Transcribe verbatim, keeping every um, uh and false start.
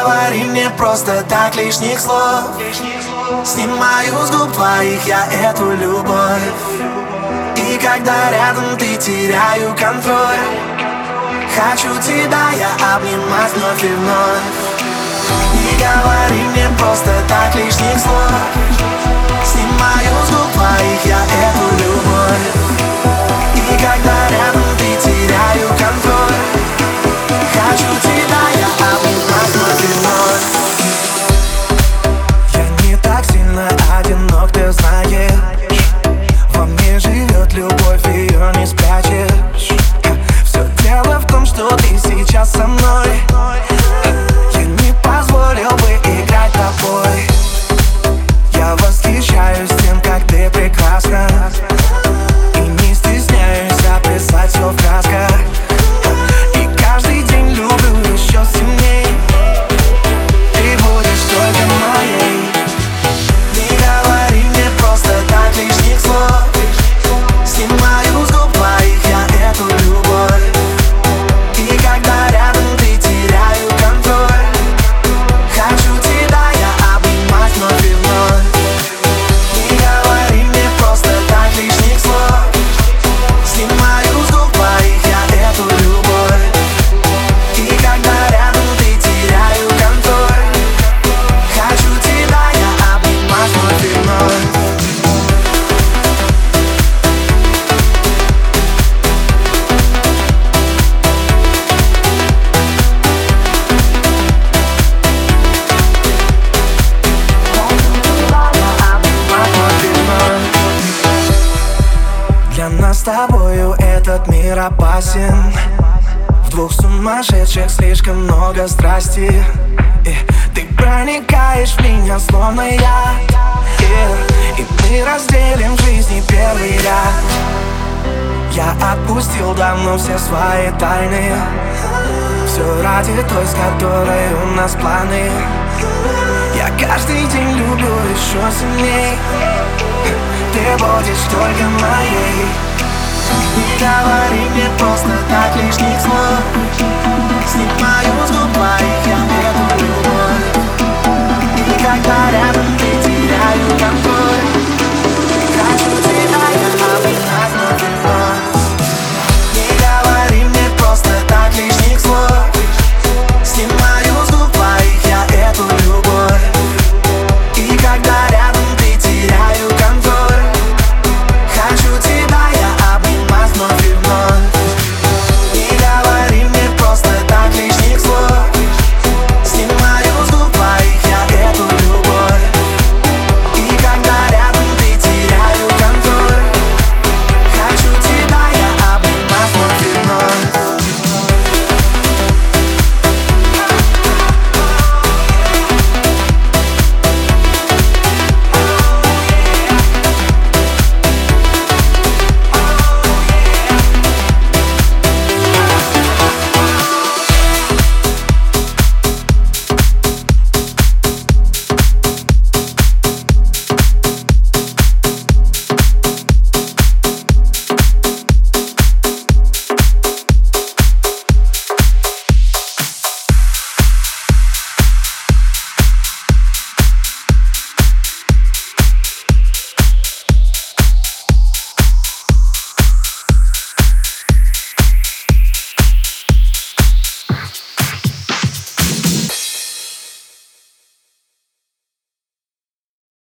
говори мне просто так лишних слов. Снимаю с губ твоих я эту любовь. И когда рядом ты, теряю контроль. Хочу тебя я обнимать вновь и вновь. Не говори мне просто так лишних слов. Снимаю с губ твоих я эту любовь. И когда рядом ты, теряю контроль. Хочу тебя я обнимать вновь и вновь. Я не так сильно одинок, ты знаешь. Во мне живет любовь, ее не спрячешь. Все дело в том, что ты сейчас со мной. Я не позволил бы играть тобой. Я восхищаюсь тем, как ты прекрасна. И не стесняюсь описать все в красках. И каждый день люблю еще сильней. Ты будешь только моей. Не говори мне просто так лишних слов. Снимаю с губ твоих я эту любовь. И когда рядом ты, теряю контроль. Хочу тебя я обнимать вновь и вновь. Не говори мне просто так лишних слов. Снимаю с губ твоих я эту любовь. И когда рядом ты, теряю контроль. Хочу тебя я обнимать вновь и вновь. Для нас с тобою этот мир опасен. В двух сумасшедших слишком много страсти. И ты проникаешь в меня словно я. И мы разделим в жизни первый ряд. Я отпустил давно все свои тайны. Все ради той, с которой у нас планы. Я каждый день люблю еще сильней. Ты будешь только моей. Не говори мне просто так лишних слов.